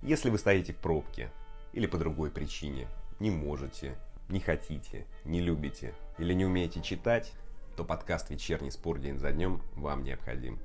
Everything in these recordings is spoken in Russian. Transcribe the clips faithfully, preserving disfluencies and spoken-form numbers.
Если вы стоите в пробке или по другой причине, не можете, не хотите, не любите или не умеете читать, то подкаст «Вечерний спор день за днем» вам необходим.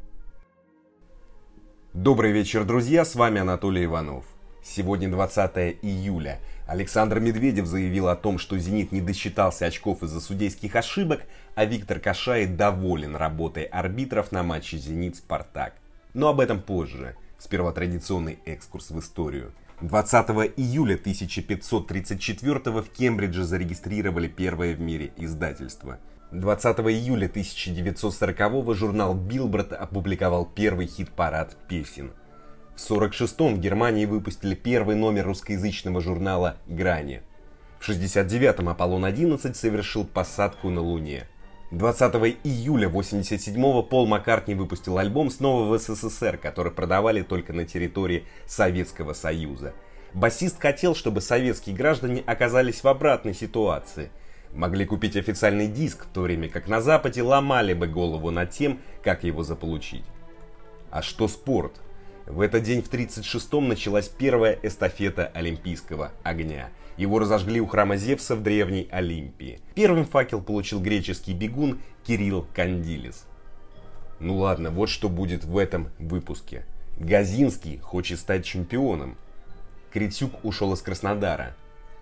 Добрый вечер, друзья, с вами Анатолий Иванов. Сегодня двадцатое июля. Александр Медведев заявил о том, что «Зенит» не досчитался очков из-за судейских ошибок, а Виктор Кашаи доволен работой арбитров на матче «Зенит-Спартак». Но об этом позже. Сперва традиционный экскурс в историю. двадцатого июля тысяча пятьсот тридцать четвёртого в Кембридже зарегистрировали первое в мире издательство. двадцатого июля тысяча девятьсот сорокового журнал Billboard опубликовал первый хит-парад песен. В сорок шестом в Германии выпустили первый номер русскоязычного журнала «Грани». В шестьдесят девятом Аполлон одиннадцать совершил посадку на Луне. двадцатого июля восемьдесят седьмого Пол Маккартни выпустил альбом снова в СССР, который продавали только на территории Советского Союза. Басист хотел, чтобы советские граждане оказались в обратной ситуации. Могли купить официальный диск, в то время как на Западе ломали бы голову над тем, как его заполучить. А что спорт? В этот день в тридцать шестом началась первая эстафета Олимпийского огня. Его разожгли у храма Зевса в древней Олимпии. Первым факел получил греческий бегун Кирилл Кандилис. Ну ладно, вот что будет в этом выпуске. Газинский хочет стать чемпионом. Крицюк ушел из Краснодара.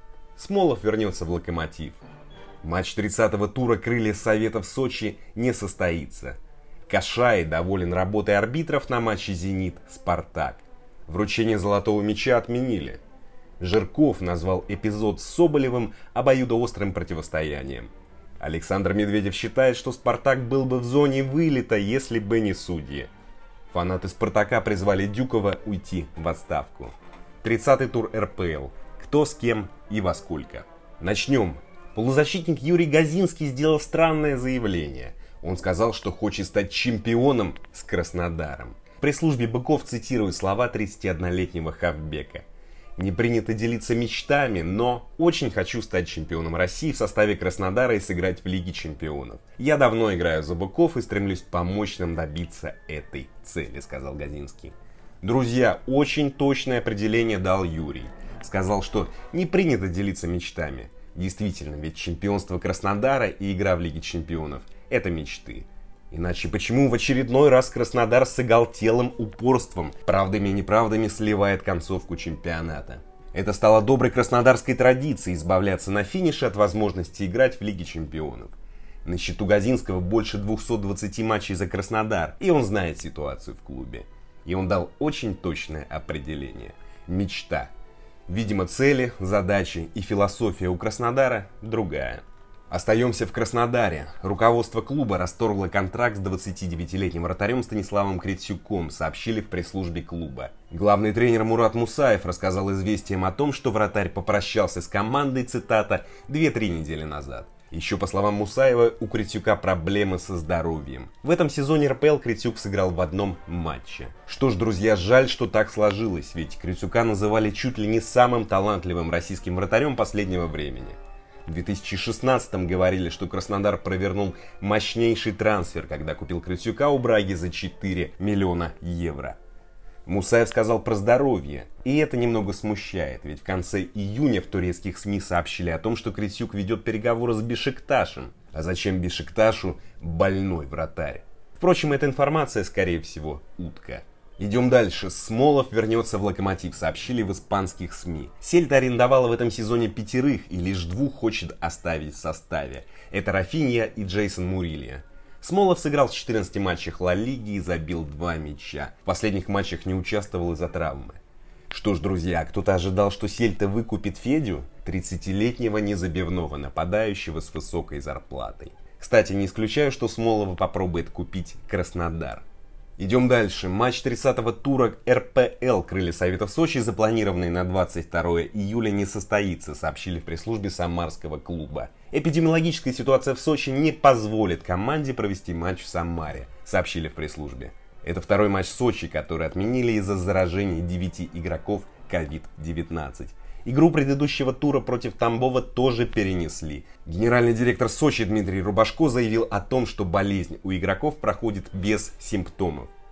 Смолов вернется в Локомотив. Матч тридцатого тура крылья Совета в Сочи не состоится. Кашаи доволен работой арбитров на матче «Зенит-Спартак». Вручение золотого мяча отменили. Жирков назвал эпизод с Соболевым обоюдоострым противостоянием. Александр Медведев считает, что «Спартак» был бы в зоне вылета, если бы не судьи. Фанаты «Спартака» призвали Дюкова уйти в отставку. тридцатый тур эр пэ эл. Кто, с кем и во сколько. Начнем. Полузащитник Юрий Газинский сделал странное заявление. Он сказал, что хочет стать чемпионом с Краснодаром. В пресс-службе «Быков» цитируют слова тридцатиоднолетнего хавбека. «Не принято делиться мечтами, но очень хочу стать чемпионом России в составе Краснодара и сыграть в Лиге чемпионов. Я давно играю за «Быков» и стремлюсь помочь нам добиться этой цели», — сказал Газинский. Друзья, очень точное определение дал Юрий. Сказал, что не принято делиться мечтами. Действительно, ведь чемпионство Краснодара и игра в Лиге чемпионов – это мечты. Иначе почему в очередной раз Краснодар с оголтелым упорством, правдами и неправдами сливает концовку чемпионата? Это стало доброй краснодарской традицией избавляться на финише от возможности играть в Лиге чемпионов. На счету Газинского больше двухсот двадцати матчей за Краснодар, и он знает ситуацию в клубе. И он дал очень точное определение – мечта. Видимо, цели, задачи и философия у Краснодара другая. Остаемся в Краснодаре. Руководство клуба расторгло контракт с двадцатидевятилетним вратарем Станиславом Крицюком, сообщили в пресс-службе клуба. Главный тренер Мурат Мусаев рассказал «Известиям» о том, что вратарь попрощался с командой, цитата, две-три недели назад. Еще по словам Мусаева, у Крицюка проблемы со здоровьем. В этом сезоне эр пэ эл Крицюк сыграл в одном матче. Что ж, друзья, жаль, что так сложилось, ведь Крицюка называли чуть ли не самым талантливым российским вратарем последнего времени. В две тысячи шестнадцатом говорили, что Краснодар провернул мощнейший трансфер, когда купил Крицюка у Браги за четыре миллиона евро. Мусаев сказал про здоровье, и это немного смущает, ведь в конце июня в турецких СМИ сообщили о том, что Крицюк ведет переговоры с Бешикташем. А зачем Бешикташу больной вратарь? Впрочем, эта информация, скорее всего, утка. Идем дальше. Смолов вернется в Локомотив, сообщили в испанских СМИ. Сельта арендовала в этом сезоне пятерых и лишь двух хочет оставить в составе. Это Рафинья и Джейсон Мурилья. Смолов сыграл в четырнадцати матчах Ла Лиги и забил два мяча. В последних матчах не участвовал из-за травмы. Что ж, друзья, кто-то ожидал, что Сельта выкупит Федю, тридцатилетнего незабивного нападающего с высокой зарплатой. Кстати, не исключаю, что Смолова попробует купить Краснодар. Идем дальше. Матч тридцатого тура эр пэ эл «Крылья Совета в Сочи», запланированный на двадцать второе июля, не состоится, сообщили в пресс-службе самарского клуба. Эпидемиологическая ситуация в Сочи не позволит команде провести матч в Самаре, сообщили в пресс-службе. Это второй матч Сочи, который отменили из-за заражения девяти игроков ковид девятнадцать. Игру предыдущего тура против Тамбова тоже перенесли. Генеральный директор Сочи Дмитрий Рубашко заявил о том, что болезнь у игроков проходит без симптомов.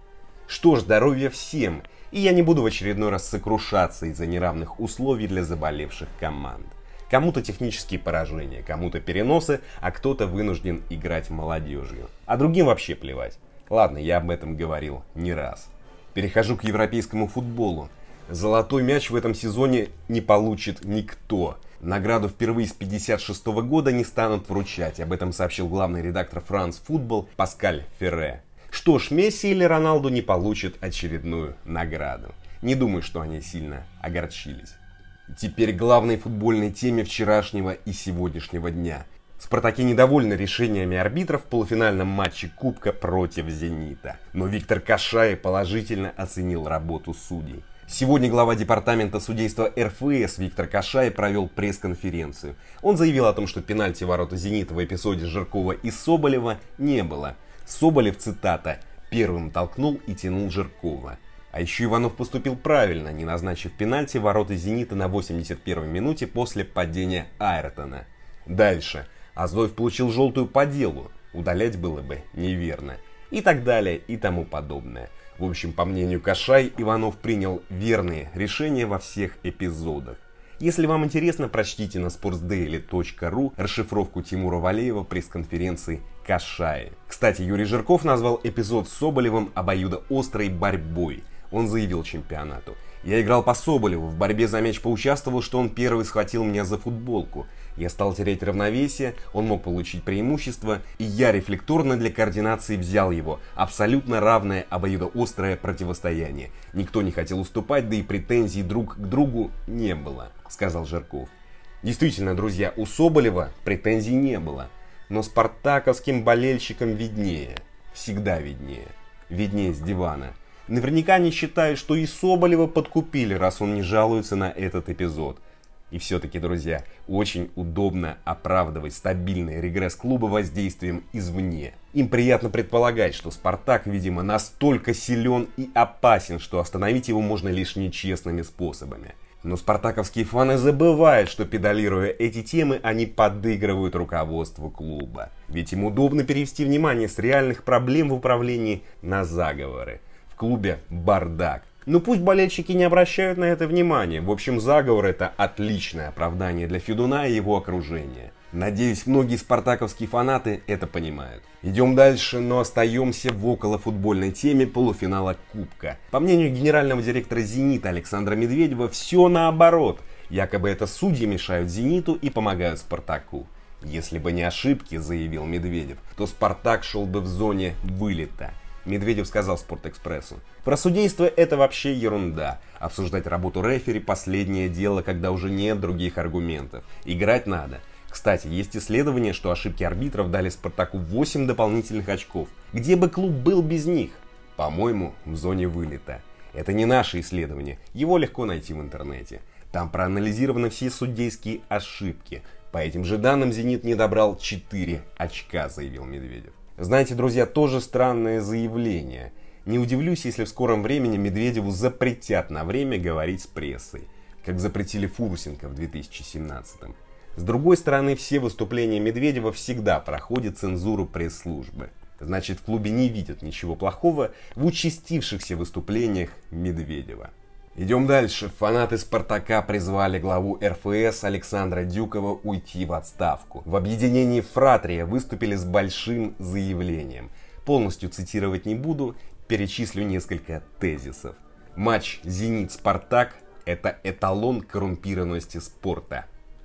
Что ж, здоровья всем, и я не буду в очередной раз сокрушаться из-за неравных условий для заболевших команд. Кому-то технические поражения, кому-то переносы, а кто-то вынужден играть молодежью. А другим вообще плевать. Ладно, я об этом говорил не раз. Перехожу к европейскому футболу. Золотой мяч в этом сезоне не получит никто. Награду впервые с пятьдесят шестого года не станут вручать. Об этом сообщил главный редактор France Football Паскаль Ферре. Что ж, Месси или Роналду не получат очередную награду. Не думаю, что они сильно огорчились. Теперь к главной футбольной теме вчерашнего и сегодняшнего дня. Спартаки недовольны решениями арбитров в полуфинальном матче Кубка против Зенита. Но Виктор Кашаи положительно оценил работу судей. Сегодня глава департамента судейства эр эф эс Виктор Кашаи провел пресс-конференцию. Он заявил о том, что пенальти в ворота Зенита в эпизоде Жиркова и Соболева не было. Соболев, цитата, «первым толкнул и тянул Жиркова». А еще Иванов поступил правильно, не назначив пенальти в ворота Зенита на восемьдесят первой минуте после падения Айртона. Дальше. Азоев получил желтую по делу. Удалять было бы неверно. И так далее, и тому подобное. В общем, по мнению Кашаи, Иванов принял верные решения во всех эпизодах. Если вам интересно, прочтите на sportsdaily точка ру расшифровку Тимура Валеева пресс-конференции Кашаи. Кстати, Юрий Жирков назвал эпизод с Соболевым обоюдоострой борьбой. Он заявил чемпионату: «Я играл по Соболеву, в борьбе за мяч поучаствовал, что он первый схватил меня за футболку. Я стал терять равновесие, он мог получить преимущество, и я рефлекторно для координации взял его. Абсолютно равное обоюдоострое противостояние. Никто не хотел уступать, да и претензий друг к другу не было», — сказал Жирков. Действительно, друзья, у Соболева претензий не было. Но спартаковским болельщикам виднее. Всегда виднее. Виднее с дивана. Наверняка они считают, что и Соболева подкупили, раз он не жалуется на этот эпизод. И все-таки, друзья, очень удобно оправдывать стабильный регресс клуба воздействием извне. Им приятно предполагать, что Спартак, видимо, настолько силен и опасен, что остановить его можно лишь нечестными способами. Но спартаковские фаны забывают, что, педалируя эти темы, они подыгрывают руководству клуба. Ведь им удобно перевести внимание с реальных проблем в управлении на заговоры. В клубе бардак. Но пусть болельщики не обращают на это внимания. В общем, заговор — это отличное оправдание для Федуна и его окружения. Надеюсь, многие спартаковские фанаты это понимают. Идем дальше, но остаемся в околофутбольной теме полуфинала Кубка. По мнению генерального директора «Зенита» Александра Медведева, все наоборот. Якобы это судьи мешают «Зениту» и помогают «Спартаку». Если бы не ошибки, заявил Медведев, то «Спартак» шел бы в зоне вылета. Медведев сказал «Спортэкспрессу»: «Про судейство это вообще ерунда. Обсуждать работу рефери — последнее дело, когда уже нет других аргументов. Играть надо». Кстати, есть исследование, что ошибки арбитров дали Спартаку восемь дополнительных очков. Где бы клуб был без них? По-моему, в зоне вылета. Это не наше исследование, его легко найти в интернете. Там проанализированы все судейские ошибки. По этим же данным «Зенит» не добрал четыре очка, заявил Медведев. Знаете, друзья, тоже странное заявление. Не удивлюсь, если в скором времени Медведеву запретят на время говорить с прессой, как запретили Фурсенко в две тысячи семнадцатом. С другой стороны, все выступления Медведева всегда проходят цензуру пресс-службы. Значит, в клубе не видят ничего плохого в участившихся выступлениях Медведева. Идем дальше. Фанаты «Спартака» призвали главу эр эф эс Александра Дюкова уйти в отставку. В объединении «Фратрия» выступили с большим заявлением. Полностью цитировать не буду, перечислю несколько тезисов. Матч «Зенит-Спартак» — это эталон коррумпированности спорта.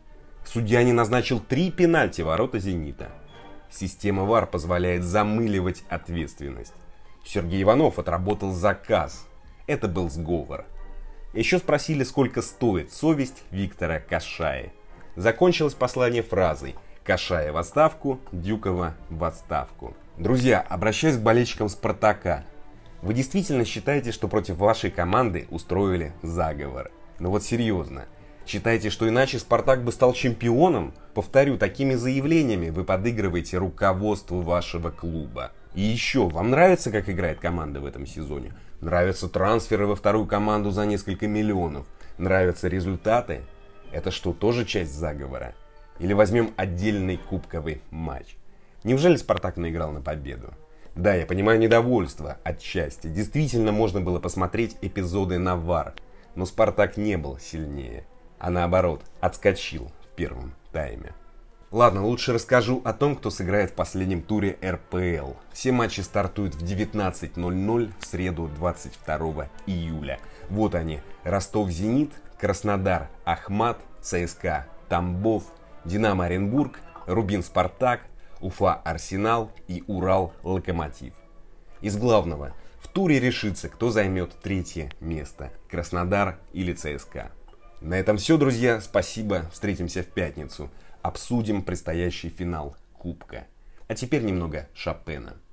Судья не назначил три пенальти в ворота «Зенита». Система ВАР позволяет замыливать ответственность. Сергей Иванов отработал заказ. Это был сговор. Еще спросили, сколько стоит совесть Виктора Кашаи. Закончилось послание фразой: «Кашаи в отставку, Дюкова в отставку». Друзья, обращаюсь к болельщикам «Спартака». Вы действительно считаете, что против вашей команды устроили заговор? Но вот серьезно. Считаете, что иначе «Спартак» бы стал чемпионом? Повторю, такими заявлениями вы подыгрываете руководству вашего клуба. И еще, вам нравится, как играет команда в этом сезоне? Нравятся трансферы во вторую команду за несколько миллионов? Нравятся результаты? Это что, тоже часть заговора? Или возьмем отдельный кубковый матч? Неужели «Спартак» наиграл на победу? Да, я понимаю недовольство отчасти. Действительно можно было посмотреть эпизоды на ВАР. Но Спартак не был сильнее. А наоборот, отскочил в первом тайме. Ладно, лучше расскажу о том, кто сыграет в последнем туре эр пэ эл. Все матчи стартуют в девятнадцать ноль ноль в среду двадцать второго июля. Вот они. Ростов-Зенит, Краснодар, Ахмат, ЦСКА, Тамбов, Динамо Оренбург, Рубин-Спартак, Уфа-Арсенал и Урал-Локомотив. Из главного. В туре решится, кто займет третье место. Краснодар или ЦСКА. На этом все, друзья. Спасибо. Встретимся в пятницу. Обсудим предстоящий финал Кубка. А теперь немного Шопена.